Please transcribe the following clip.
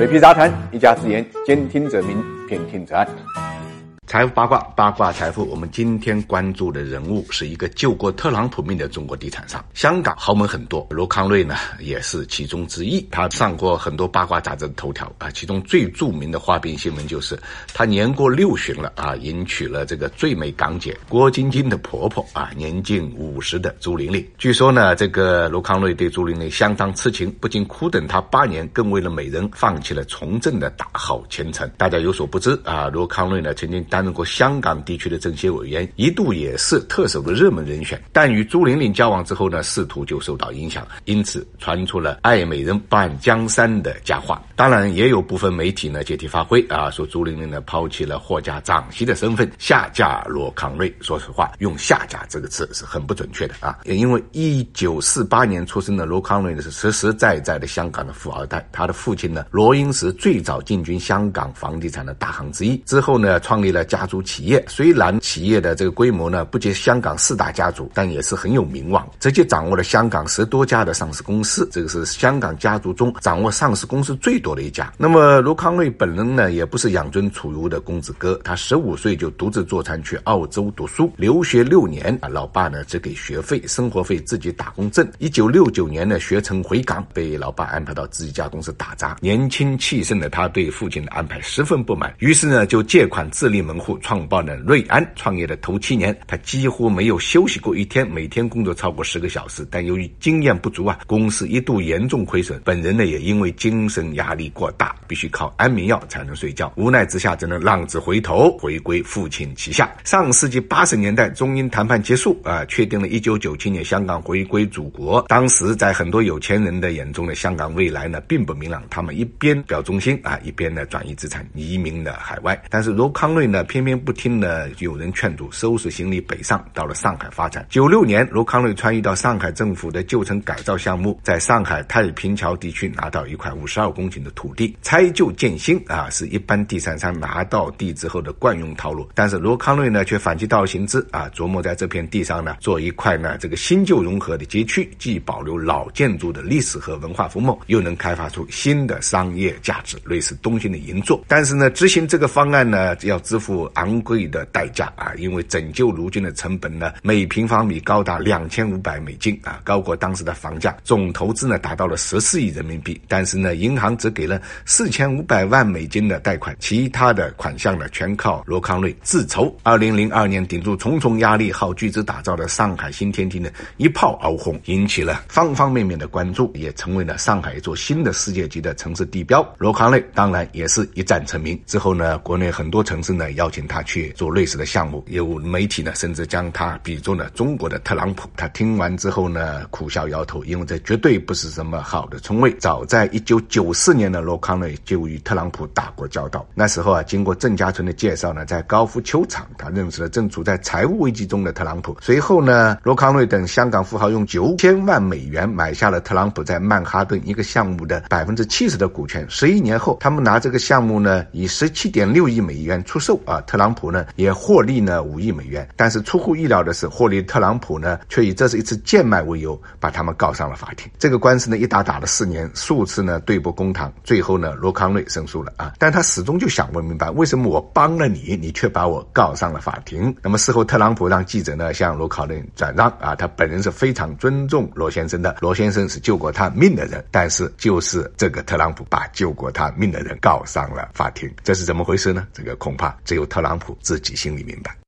水皮杂谈，一家之言，兼听则明，偏听则暗。财富八卦，八卦财富。我们今天关注的人物是一个救过特朗普命的中国地产商。香港豪门很多，罗康瑞呢也是其中之一。他上过很多八卦杂志的头条啊，其中最著名的花边新闻就是他年过60旬了啊，迎娶了这个最美港姐郭晶晶的婆婆啊，年近50的朱玲玲。据说呢，这个罗康瑞对朱玲玲相当痴情，不仅苦等她8年，更为了美人放弃了从政的大好前程。大家有所不知啊，罗康瑞呢曾经担任过香港地区的政协委员，一度也是特首的热门人选，但与朱玲玲交往之后呢，仕途就受到影响，因此传出了爱美人半江山的佳话。当然也有部分媒体呢借题发挥啊，说朱玲玲呢抛弃了霍家长媳的身份，下嫁罗康瑞。说实话，用下嫁这个词是很不准确的啊，因为1948年出生的罗康瑞呢是实实在在的香港的富二代，他的父亲呢罗英石最早进军香港房地产的大行之一，之后呢创立了家族企业，虽然企业的这个规模呢不及香港4大家族，但也是很有名望，直接掌握了香港10多家的上市公司，这个是香港家族中掌握上市公司最多的一家。那么罗康瑞本人呢也不是养尊处优的公子哥，他15岁就独自坐船去澳洲读书，留学6年啊，老爸呢只给学费，生活费自己打工挣。1969年呢学成回港，被老爸安排到自己家公司打杂。年轻气盛的他对父亲的安排十分不满，于是呢就借款自立门户，创办了瑞安。创业的头7年，他几乎没有休息过一天，每天工作超过10个小时，但由于经验不足啊，公司一度严重亏损，本人呢也因为精神压力过大，必须靠安眠药才能睡觉，无奈之下只能浪子回头，回归父亲旗下。上世纪80年代中英谈判结束啊，确定了1997年香港回归祖国。当时在很多有钱人的眼中的香港未来呢并不明朗，他们一边表忠心啊，一边呢转移资产移民了海外。但是罗康瑞呢偏偏不听呢有人劝阻，收拾行李北上，到了上海发展。96年罗康瑞参与到上海政府的旧城改造项目，在上海太平桥地区拿到一块52公顷的土地，拆旧建新啊，是一般地产商拿到地之后的惯用套路。但是罗康瑞呢却反其道而行之啊，琢磨在这片地上呢做一块呢这个新旧融合的街区，既保留老建筑的历史和文化风貌，又能开发出新的商业价值，类似东兴的银座。但是呢执行这个方案呢要支付昂贵的代价啊，因为拯救如今的成本呢每平方米高达$2500啊，高过当时的房价，总投资呢达到了14亿人民币。但是呢银行只给了$4500万的贷款，其他的款项呢全靠罗康瑞自筹。2002年顶住重重压力，耗巨资打造的上海新天地呢一炮而红，引起了方方面面的关注，也成为了上海一座新的世界级的城市地标。罗康瑞当然也是一战成名，之后呢国内很多城市呢邀请他去做类似的项目，有媒体呢甚至将他比作了中国的特朗普。他听完之后呢苦笑摇头，因为这绝对不是什么好的冲位。早在1994年的罗康瑞就与特朗普打过交道，那时候啊经过郑家纯的介绍呢，在高尔夫球场他认识了正处在财务危机中的特朗普。随后呢罗康瑞等香港富豪用$9000万买下了特朗普在曼哈顿一个项目的70%的股权。11年后他们拿这个项目呢以$17.6亿出售啊，特朗普呢也获利呢$5亿。但是出乎意料的是，获利特朗普呢却以这是一次贱卖为由把他们告上了法庭。这个官司呢一打了4年，数次呢对簿公堂，最后呢罗康瑞胜诉了啊，但他始终就想不明白，为什么我帮了你，你却把我告上了法庭。那么事后特朗普让记者呢向罗康瑞转让啊，他本人是非常尊重罗先生的，罗先生是救过他命的人，但是就是这个特朗普把救过他命的人告上了法庭，这是怎么回事呢？这个恐怕只有特朗普自己心里明白。